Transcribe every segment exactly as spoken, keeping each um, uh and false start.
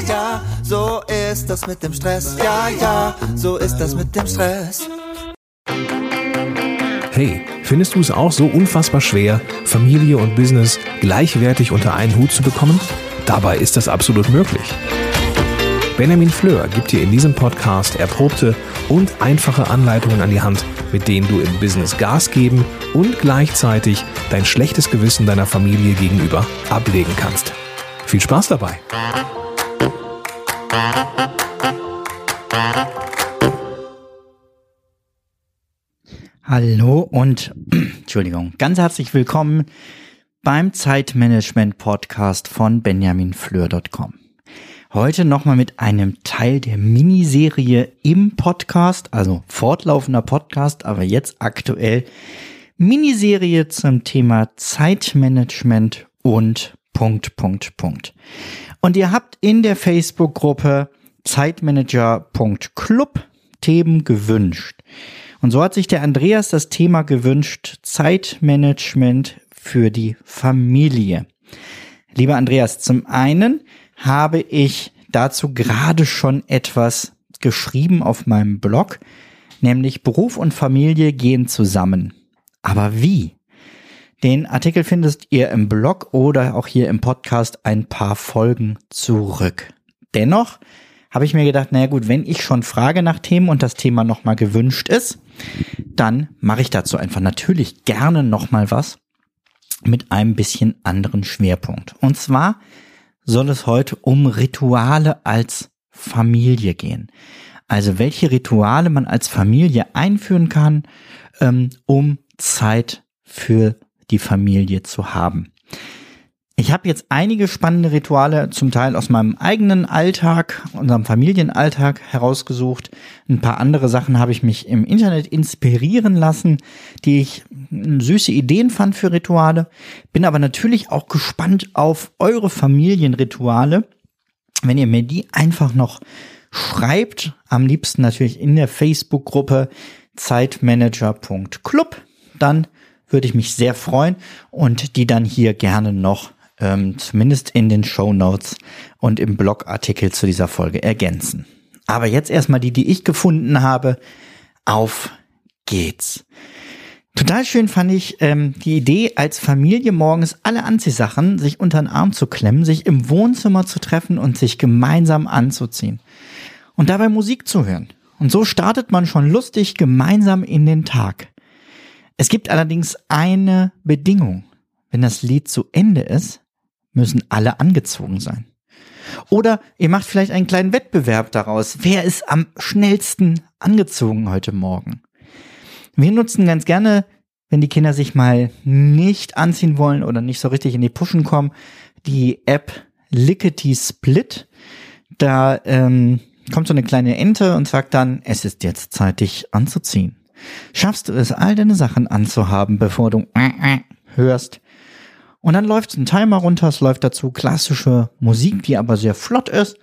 ja, so ist das mit dem Stress. Ja, ja, so ist das mit dem Stress. Hey, findest du es auch so unfassbar schwer, Familie und Business gleichwertig unter einen Hut zu bekommen? Dabei ist das absolut möglich. Benjamin Fleur gibt dir in diesem Podcast erprobte und einfache Anleitungen an die Hand, mit denen du im Business Gas geben und gleichzeitig dein schlechtes Gewissen deiner Familie gegenüber ablegen kannst. Viel Spaß dabei! Hallo und Entschuldigung, ganz herzlich willkommen beim Zeitmanagement-Podcast von benjamin fleur punkt com. Heute nochmal mit einem Teil der Miniserie im Podcast, also fortlaufender Podcast, aber jetzt aktuell Miniserie zum Thema Zeitmanagement und Punkt, Punkt, Punkt. Und ihr habt in der Facebook-Gruppe zeitmanager punkt club Themen gewünscht. Und so hat sich der Andreas das Thema gewünscht, Zeitmanagement für die Familie. Lieber Andreas, zum einen habe ich dazu gerade schon etwas geschrieben auf meinem Blog, nämlich Beruf und Familie gehen zusammen. Aber wie? Den Artikel findest ihr im Blog oder auch hier im Podcast ein paar Folgen zurück. Dennoch habe ich mir gedacht, naja gut, wenn ich schon frage nach Themen und das Thema nochmal gewünscht ist, dann mache ich dazu einfach natürlich gerne nochmal was mit einem bisschen anderen Schwerpunkt. Und zwar soll es heute um Rituale als Familie gehen. Also welche Rituale man als Familie einführen kann, ähm, um Zeit für die Familie zu haben. Ich habe jetzt einige spannende Rituale, zum Teil aus meinem eigenen Alltag, unserem Familienalltag herausgesucht. Ein paar andere Sachen habe ich mich im Internet inspirieren lassen, die ich süße Ideen fand für Rituale. Bin aber natürlich auch gespannt auf eure Familienrituale. Wenn ihr mir die einfach noch schreibt, am liebsten natürlich in der Facebook-Gruppe zeitmanager punkt club, dann würde ich mich sehr freuen und die dann hier gerne noch ähm, zumindest in den Shownotes und im Blogartikel zu dieser Folge ergänzen. Aber jetzt erstmal die, die ich gefunden habe. Auf geht's. Total schön fand ich ähm, die Idee, als Familie morgens alle Anziehsachen sich unter den Arm zu klemmen, sich im Wohnzimmer zu treffen und sich gemeinsam anzuziehen. Und dabei Musik zu hören. Und so startet man schon lustig gemeinsam in den Tag. Es gibt allerdings eine Bedingung. Wenn das Lied zu Ende ist, müssen alle angezogen sein. Oder ihr macht vielleicht einen kleinen Wettbewerb daraus. Wer ist am schnellsten angezogen heute Morgen? Wir nutzen ganz gerne, wenn die Kinder sich mal nicht anziehen wollen oder nicht so richtig in die Puschen kommen, die App Lickety Split. Da ähm, kommt so eine kleine Ente und sagt dann, es ist jetzt Zeit, dich anzuziehen. Schaffst du es, all deine Sachen anzuhaben, bevor du äh, äh, hörst? Und dann läuft ein Timer runter, es läuft dazu klassische Musik, die aber sehr flott ist.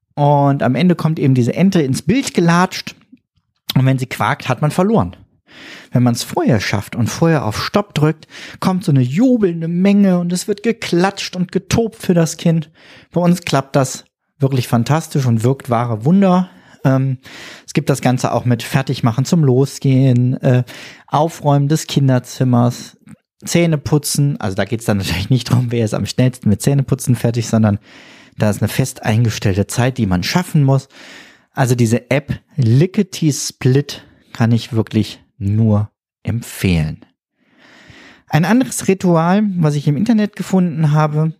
Und am Ende kommt eben diese Ente ins Bild gelatscht. Und wenn sie quakt, hat man verloren. Wenn man es vorher schafft und vorher auf Stopp drückt, kommt so eine jubelnde Menge und es wird geklatscht und getobt für das Kind. Bei uns klappt das wirklich fantastisch und wirkt wahre Wunder. Ähm, es gibt das Ganze auch mit Fertigmachen zum Losgehen, äh, Aufräumen des Kinderzimmers, Zähne putzen. Also da geht es dann natürlich nicht darum, wer ist am schnellsten mit Zähneputzen fertig, sondern da ist eine fest eingestellte Zeit, die man schaffen muss. Also diese App Lickety Split kann ich wirklich nur empfehlen. Ein anderes Ritual, was ich im Internet gefunden habe,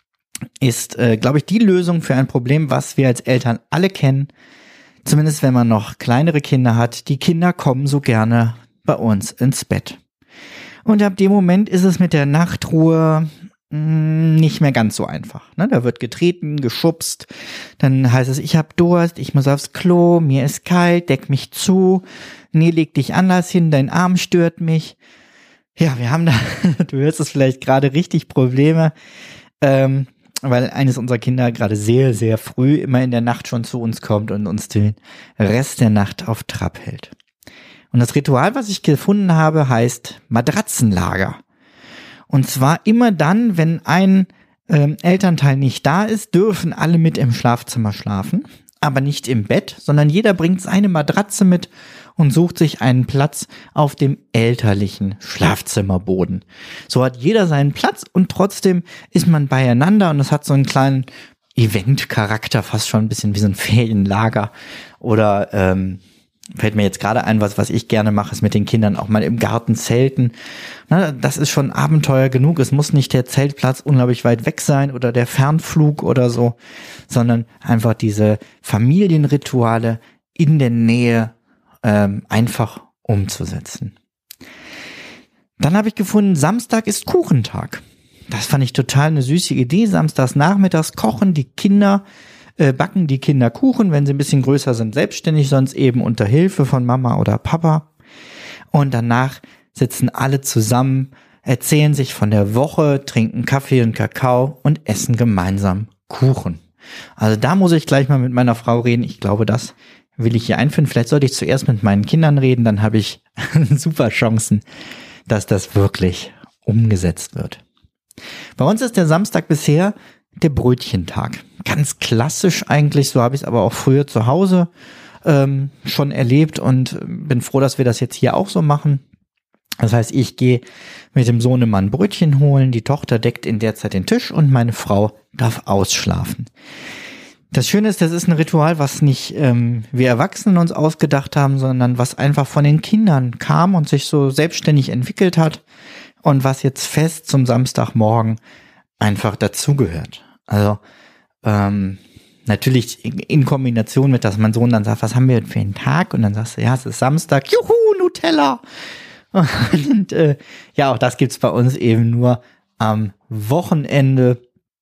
ist, äh, glaube ich, die Lösung für ein Problem, was wir als Eltern alle kennen. Zumindest wenn man noch kleinere Kinder hat. Die Kinder kommen so gerne bei uns ins Bett. Und ab dem Moment ist es mit der Nachtruhe mh, nicht mehr ganz so einfach. Ne? Da wird getreten, geschubst. Dann heißt es, ich hab Durst, ich muss aufs Klo, mir ist kalt, deck mich zu. Nee, leg dich anders hin, dein Arm stört mich. Ja, wir haben da, du hörst es vielleicht gerade, richtig Probleme. Ähm, weil eines unserer Kinder gerade sehr, sehr früh immer in der Nacht schon zu uns kommt und uns den Rest der Nacht auf Trab hält. Und das Ritual, was ich gefunden habe, heißt Matratzenlager. Und zwar immer dann, wenn ein ähm, Elternteil nicht da ist, dürfen alle mit im Schlafzimmer schlafen, aber nicht im Bett, sondern jeder bringt seine Matratze mit und sucht sich einen Platz auf dem elterlichen Schlafzimmerboden. So hat jeder seinen Platz und trotzdem ist man beieinander und das hat so einen kleinen Event-Charakter, fast schon ein bisschen wie so ein Ferienlager. Oder ähm, fällt mir jetzt gerade ein, was was ich gerne mache, ist mit den Kindern auch mal im Garten zelten. Na, das ist schon Abenteuer genug. Es muss nicht der Zeltplatz unglaublich weit weg sein oder der Fernflug oder so, sondern einfach diese Familienrituale in der Nähe ähm, einfach umzusetzen. Dann habe ich gefunden, Samstag ist Kuchentag. Das fand ich total eine süße Idee. Samstags nachmittags kochen die Kinder, äh, backen die Kinder Kuchen, wenn sie ein bisschen größer sind, selbstständig, sonst eben unter Hilfe von Mama oder Papa. Und danach sitzen alle zusammen, erzählen sich von der Woche, trinken Kaffee und Kakao und essen gemeinsam Kuchen. Also da muss ich gleich mal mit meiner Frau reden. Ich glaube, das will ich hier einführen. Vielleicht sollte ich zuerst mit meinen Kindern reden, dann habe ich super Chancen, dass das wirklich umgesetzt wird. Bei uns ist der Samstag bisher der Brötchentag. Ganz klassisch eigentlich, so habe ich es aber auch früher zu Hause ähm, schon erlebt und bin froh, dass wir das jetzt hier auch so machen. Das heißt, ich gehe mit dem Sohnemann Brötchen holen, die Tochter deckt in der Zeit den Tisch und meine Frau darf ausschlafen. Das Schöne ist, das ist ein Ritual, was nicht ähm, wir Erwachsenen uns ausgedacht haben, sondern was einfach von den Kindern kam und sich so selbstständig entwickelt hat und was jetzt fest zum Samstagmorgen einfach dazugehört. Also ähm, natürlich in Kombination mit, dass mein Sohn dann sagt, was haben wir für einen Tag? Und dann sagst du, ja, es ist Samstag, juhu, Nutella! Und äh, ja, auch das gibt's bei uns eben nur am Wochenende.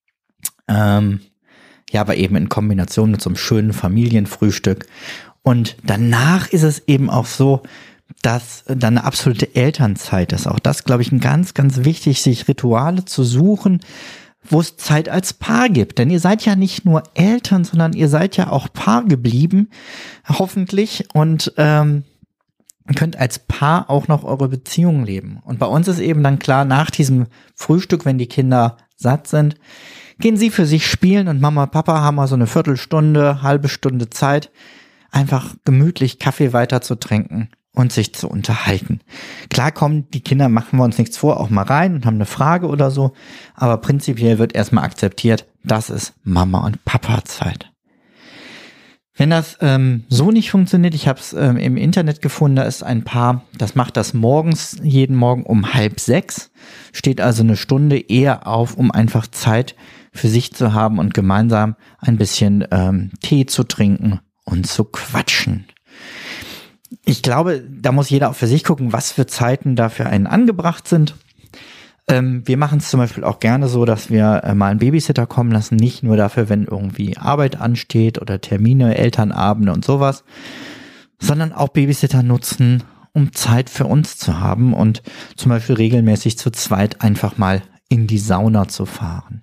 Ähm, ja, aber eben in Kombination mit so einem schönen Familienfrühstück. Und danach ist es eben auch so, dass dann eine absolute Elternzeit ist. Auch das, glaube ich, ein ganz, ganz wichtig, sich Rituale zu suchen, wo es Zeit als Paar gibt. Denn ihr seid ja nicht nur Eltern, sondern ihr seid ja auch Paar geblieben, hoffentlich. Und ähm, könnt als Paar auch noch eure Beziehung leben. Und bei uns ist eben dann klar, nach diesem Frühstück, wenn die Kinder satt sind, gehen sie für sich spielen und Mama und Papa haben mal so eine Viertelstunde, halbe Stunde Zeit, einfach gemütlich Kaffee weiter zu trinken und sich zu unterhalten. Klar kommen die Kinder, machen wir uns nichts vor, auch mal rein und haben eine Frage oder so, aber prinzipiell wird erstmal akzeptiert, das ist Mama und Papa Zeit. Wenn das ähm, so nicht funktioniert, ich habe es ähm, im Internet gefunden, da ist ein Paar, das macht das morgens, jeden Morgen um halb sechs, steht also eine Stunde eher auf, um einfach Zeit für sich zu haben und gemeinsam ein bisschen ähm, Tee zu trinken und zu quatschen. Ich glaube, da muss jeder auch für sich gucken, was für Zeiten da für einen angebracht sind. Ähm, wir machen es zum Beispiel auch gerne so, dass wir äh, mal einen Babysitter kommen lassen, nicht nur dafür, wenn irgendwie Arbeit ansteht oder Termine, Elternabende und sowas, sondern auch Babysitter nutzen, um Zeit für uns zu haben und zum Beispiel regelmäßig zu zweit einfach mal in die Sauna zu fahren.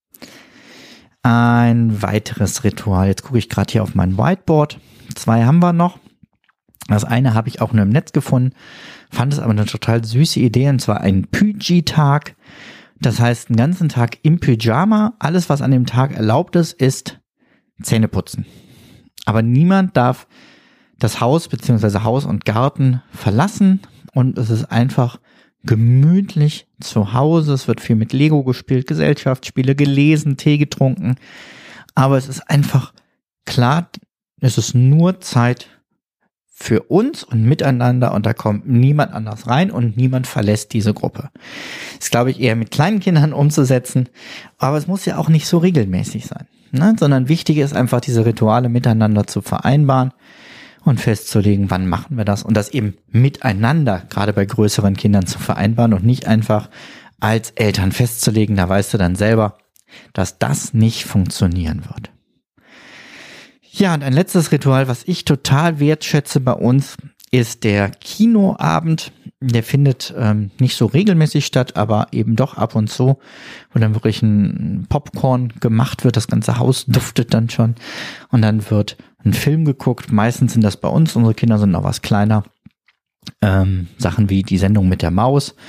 Ein weiteres Ritual, jetzt gucke ich gerade hier auf mein Whiteboard, zwei haben wir noch. Das eine habe ich auch nur im Netz gefunden, fand es aber eine total süße Idee, und zwar ein Pyji-Tag. Das heißt, einen ganzen Tag im Pyjama. Alles, was an dem Tag erlaubt ist, ist Zähne putzen. Aber niemand darf das Haus bzw. Haus und Garten verlassen und es ist einfach gemütlich zu Hause. Es wird viel mit Lego gespielt, Gesellschaftsspiele, gelesen, Tee getrunken. Aber es ist einfach klar, es ist nur Zeit für uns und miteinander und da kommt niemand anders rein und niemand verlässt diese Gruppe. Das ist, glaube ich, eher mit kleinen Kindern umzusetzen, aber es muss ja auch nicht so regelmäßig sein, ne? Sondern wichtig ist einfach, diese Rituale miteinander zu vereinbaren und festzulegen, wann machen wir das und das eben miteinander, gerade bei größeren Kindern zu vereinbaren und nicht einfach als Eltern festzulegen, da weißt du dann selber, dass das nicht funktionieren wird. Ja, und ein letztes Ritual, was ich total wertschätze bei uns, ist der Kinoabend. Der findet ähm, nicht so regelmäßig statt, aber eben doch ab und zu, wo dann wirklich ein Popcorn gemacht wird. Das ganze Haus duftet dann schon und dann wird ein Film geguckt. Meistens sind das bei uns, unsere Kinder sind noch was kleiner. Ähm, Sachen wie die Sendung mit der Maus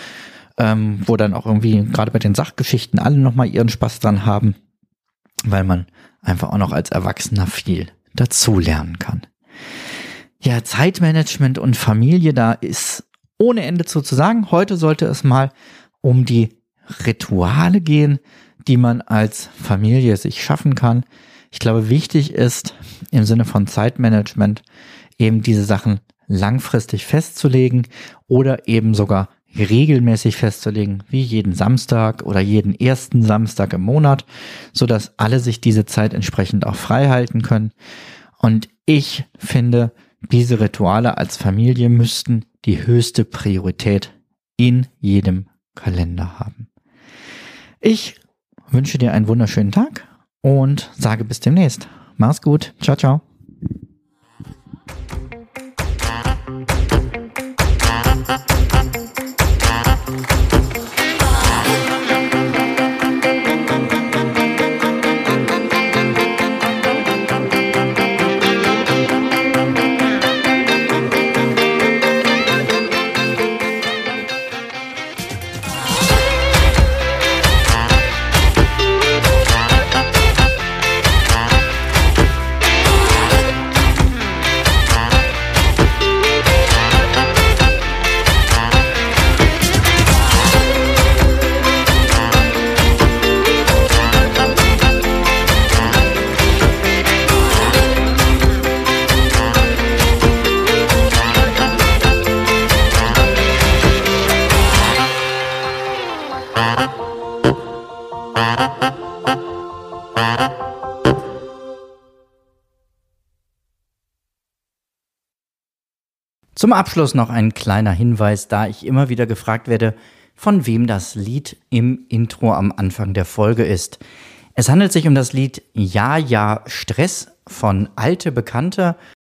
ähm, wo dann auch irgendwie gerade bei den Sachgeschichten alle nochmal ihren Spaß dran haben, weil man einfach auch noch als Erwachsener viel dazulernen kann. Ja, Zeitmanagement und Familie, da ist ohne Ende zu, zu sagen. Heute sollte es mal um die Rituale gehen, die man als Familie sich schaffen kann. Ich glaube, wichtig ist im Sinne von Zeitmanagement eben diese Sachen langfristig festzulegen oder eben sogar regelmäßig festzulegen, wie jeden Samstag oder jeden ersten Samstag im Monat, sodass alle sich diese Zeit entsprechend auch frei halten können. Und ich finde, diese Rituale als Familie müssten die höchste Priorität in jedem Kalender haben. Ich wünsche dir einen wunderschönen Tag und sage bis demnächst. Mach's gut. Ciao, ciao. Zum Abschluss noch ein kleiner Hinweis, da ich immer wieder gefragt werde, von wem das Lied im Intro am Anfang der Folge ist. Es handelt sich um das Lied Ja, ja, Stress von Alte Bekannte